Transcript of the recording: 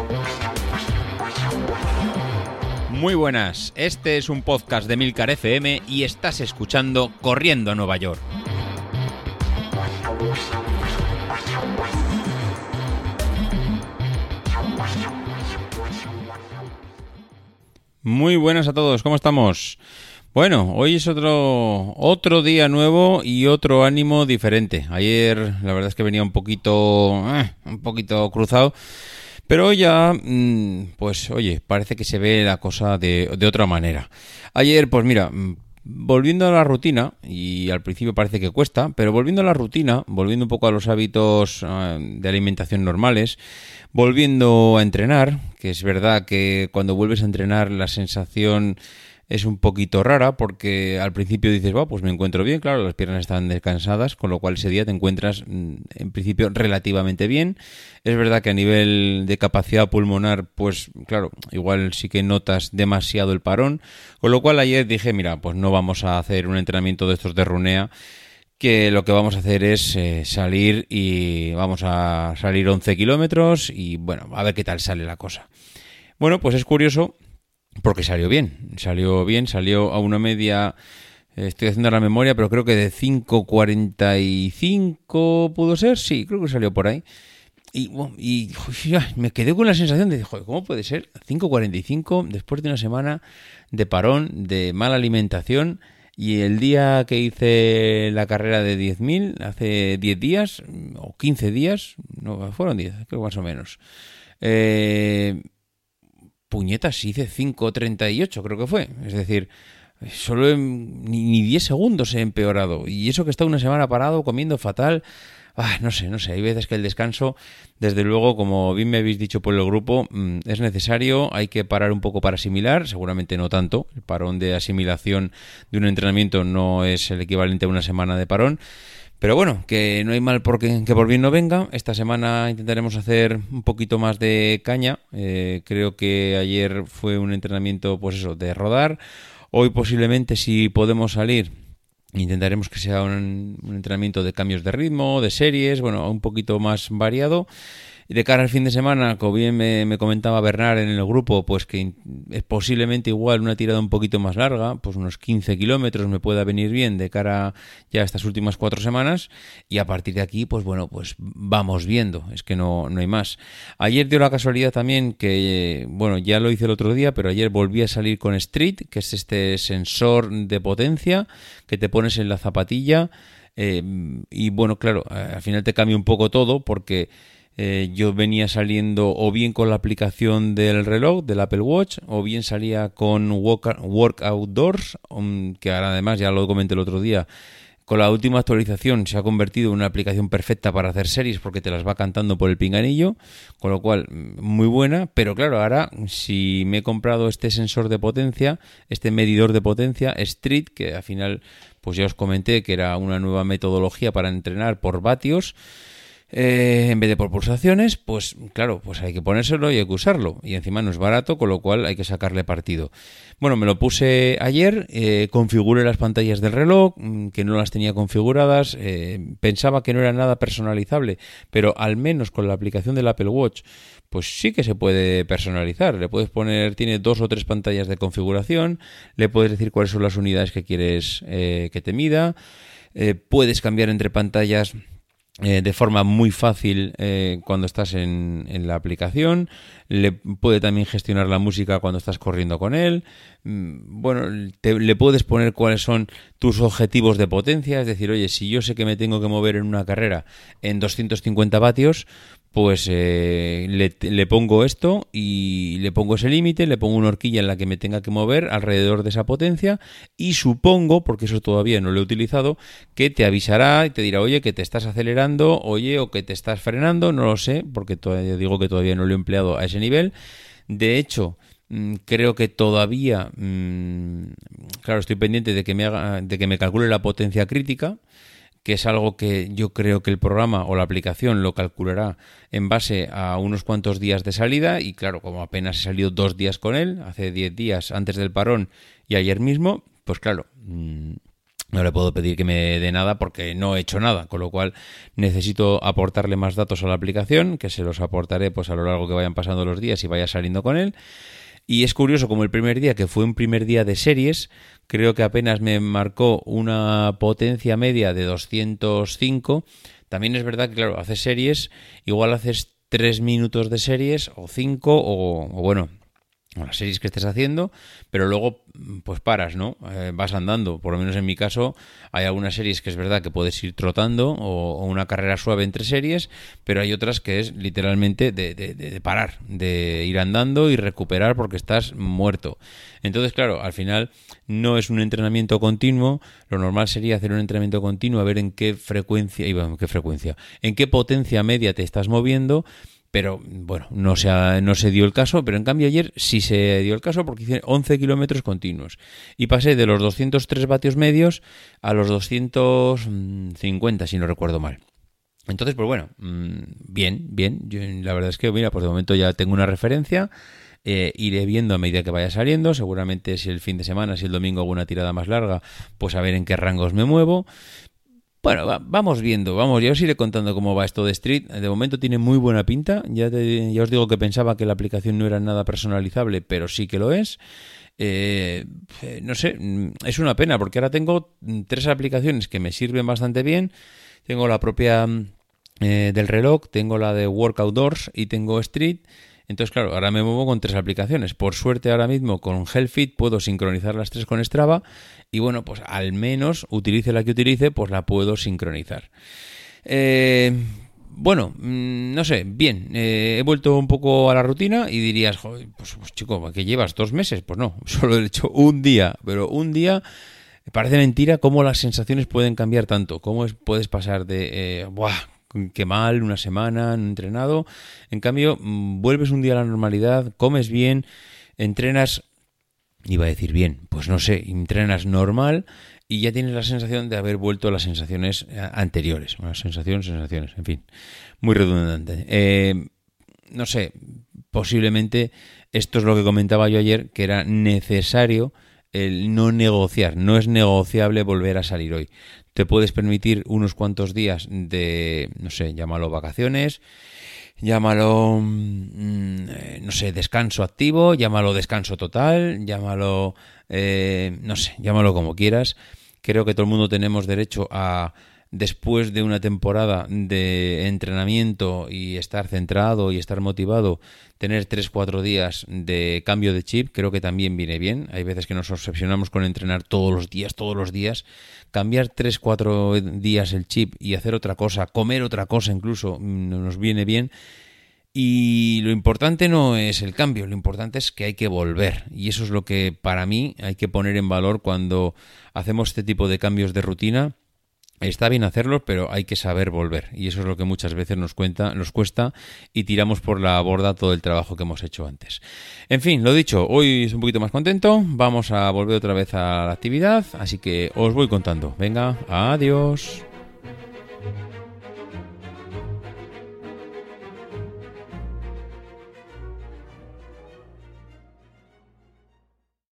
Muy buenas, este es un podcast de Milcar FM y estás escuchando Corriendo a Nueva York. Muy buenas a todos, ¿cómo estamos? Bueno, hoy es otro día nuevo y otro ánimo diferente. Ayer la verdad es que venía un poquito cruzado, pero hoy ya, pues oye, parece que se ve la cosa de otra manera. Ayer, pues mira, volviendo a la rutina, y al principio parece que cuesta, pero volviendo a la rutina, volviendo un poco a los hábitos de alimentación normales, volviendo a entrenar, que es verdad que cuando vuelves a entrenar la sensación es un poquito rara, porque al principio dices, pues me encuentro bien, claro, las piernas están descansadas, con lo cual ese día te encuentras en principio relativamente bien. Es verdad que a nivel de capacidad pulmonar, pues claro, igual sí que notas demasiado el parón, con lo cual ayer dije, mira, pues no vamos a hacer un entrenamiento de estos de runea, que lo que vamos a hacer es salir 11 kilómetros y bueno, a ver qué tal sale la cosa. Bueno, pues es curioso porque salió a una media, estoy haciendo la memoria, pero creo que de 5:45 pudo ser, sí, creo que salió por ahí. Y me quedé con la sensación de, joder, ¿cómo puede ser 5:45 después de una semana de parón, de mala alimentación? Y el día que hice la carrera de 10.000, hace 10 días, o 15 días, no, fueron 10, creo más o menos. Puñetas, hice 5:38, creo que fue. Es decir, solo ni 10 segundos he empeorado. Y eso que está una semana parado, comiendo fatal. No sé. Hay veces que el descanso, desde luego, como bien me habéis dicho por el grupo, es necesario. Hay que parar un poco para asimilar. Seguramente no tanto. El parón de asimilación de un entrenamiento no es el equivalente a una semana de parón. Pero bueno, que no hay mal que por bien no venga. Esta semana intentaremos hacer un poquito más de caña. Creo que ayer fue un entrenamiento, pues eso, de rodar. Hoy posiblemente, si podemos salir, intentaremos que sea un entrenamiento de cambios de ritmo, de series, bueno, un poquito más variado. Y de cara al fin de semana, como bien me comentaba Bernard en el grupo, pues que es posiblemente igual una tirada un poquito más larga, pues unos 15 kilómetros me pueda venir bien de cara ya a estas últimas 4 semanas, y a partir de aquí, pues bueno, pues vamos viendo, es que no hay más. Ayer dio la casualidad también que, bueno, ya lo hice el otro día, pero ayer volví a salir con Street, que es este sensor de potencia que te pones en la zapatilla, y bueno, claro, al final te cambia un poco todo, porque yo venía saliendo o bien con la aplicación del reloj, del Apple Watch, o bien salía con Work Outdoors, que ahora además, ya lo comenté el otro día, con la última actualización se ha convertido en una aplicación perfecta para hacer series porque te las va cantando por el pinganillo, con lo cual muy buena. Pero claro, ahora si me he comprado este sensor de potencia, este medidor de potencia Street, que al final pues ya os comenté que era una nueva metodología para entrenar por vatios, en vez de por pulsaciones, pues claro, pues hay que ponérselo y hay que usarlo, y encima no es barato, con lo cual hay que sacarle partido. Bueno, me lo puse ayer, configuré las pantallas del reloj, que no las tenía configuradas, pensaba que no era nada personalizable, pero al menos con la aplicación del Apple Watch pues sí que se puede personalizar. Le puedes poner, tiene 2 o 3 pantallas de configuración, le puedes decir cuáles son las unidades que quieres que te mida, puedes cambiar entre pantallas de forma muy fácil cuando estás en la aplicación. Le puede también gestionar la música cuando estás corriendo con él. Bueno, le puedes poner cuáles son tus objetivos de potencia, es decir, oye, si yo sé que me tengo que mover en una carrera en 250 vatios, pues le pongo esto y le pongo ese límite, le pongo una horquilla en la que me tenga que mover alrededor de esa potencia, y supongo, porque eso todavía no lo he utilizado, que te avisará y te dirá, oye, que te estás acelerando, oye, o que te estás frenando, no lo sé, porque todavía digo que todavía no lo he empleado a ese nivel. De hecho, creo que todavía, claro, estoy pendiente de que me calcule la potencia crítica, que es algo que yo creo que el programa o la aplicación lo calculará en base a unos cuantos días de salida, y claro, como apenas he salido 2 días con él, hace 10 días antes del parón y ayer mismo, pues claro, No le puedo pedir que me dé nada porque no he hecho nada, con lo cual necesito aportarle más datos a la aplicación, que se los aportaré pues a lo largo que vayan pasando los días y vaya saliendo con él. Y es curioso como el primer día, que fue un primer día de series, creo que apenas me marcó una potencia media de 205. También es verdad que, claro, haces series, igual haces 3 minutos de series o 5 o bueno, las series que estés haciendo, pero luego pues paras, ¿no? Vas andando. Por lo menos en mi caso hay algunas series que es verdad que puedes ir trotando o una carrera suave entre series, pero hay otras que es literalmente de parar, de ir andando y recuperar porque estás muerto. Entonces, claro, al final no es un entrenamiento continuo. Lo normal sería hacer un entrenamiento continuo, a ver en qué frecuencia, en qué potencia media te estás moviendo. Pero bueno, no se dio el caso, pero en cambio ayer sí se dio el caso porque hice 11 kilómetros continuos y pasé de los 203 vatios medios a los 250, si no recuerdo mal. Entonces, pues bueno, bien. Yo, la verdad es que, mira, pues de momento ya tengo una referencia. Iré viendo a medida que vaya saliendo. Seguramente si el fin de semana, si el domingo hago una tirada más larga, pues a ver en qué rangos me muevo. Bueno, vamos viendo, ya os iré contando cómo va esto de Street. De momento tiene muy buena pinta. Ya os digo que pensaba que la aplicación no era nada personalizable, pero sí que lo es. No sé, es una pena porque ahora tengo 3 aplicaciones que me sirven bastante bien. Tengo la propia del reloj, tengo la de Work Outdoors y tengo Street. Entonces, claro, ahora me muevo con 3 aplicaciones. Por suerte, ahora mismo con Healthfit puedo sincronizar las 3 con Strava y bueno, pues al menos utilice la que utilice, pues la puedo sincronizar. Bueno, no sé, bien, he vuelto un poco a la rutina y dirías, joder, pues chico, ¿qué llevas? 2 meses? Pues no, solo he hecho un día, pero un día. Parece mentira cómo las sensaciones pueden cambiar tanto, puedes pasar de, qué mal, una semana, no he entrenado. En cambio, vuelves un día a la normalidad, comes bien, entrenas, iba a decir bien, pues no sé, entrenas normal y ya tienes la sensación de haber vuelto a las sensaciones anteriores. Bueno, sensaciones, en fin, muy redundante. No sé, posiblemente esto es lo que comentaba yo ayer, que era necesario el no negociar. No es negociable volver a salir hoy. Te puedes permitir unos cuantos días de, no sé, llámalo vacaciones, llámalo, no sé, descanso activo, llámalo descanso total, llámalo, no sé, llámalo como quieras. Creo que todo el mundo tenemos derecho a, después de una temporada de entrenamiento y estar centrado y estar motivado, tener 3-4 días de cambio de chip. Creo que también viene bien. Hay veces que nos obsesionamos con entrenar todos los días. Cambiar 3-4 días el chip y hacer otra cosa, comer otra cosa incluso, nos viene bien. Y lo importante no es el cambio, lo importante es que hay que volver. Y eso es lo que para mí hay que poner en valor cuando hacemos este tipo de cambios de rutina. Está bien hacerlo, pero hay que saber volver. Y eso es lo que muchas veces nos cuesta y tiramos por la borda todo el trabajo que hemos hecho antes. En fin, lo dicho, hoy estoy un poquito más contento. Vamos a volver otra vez a la actividad, así que os voy contando. Venga, adiós.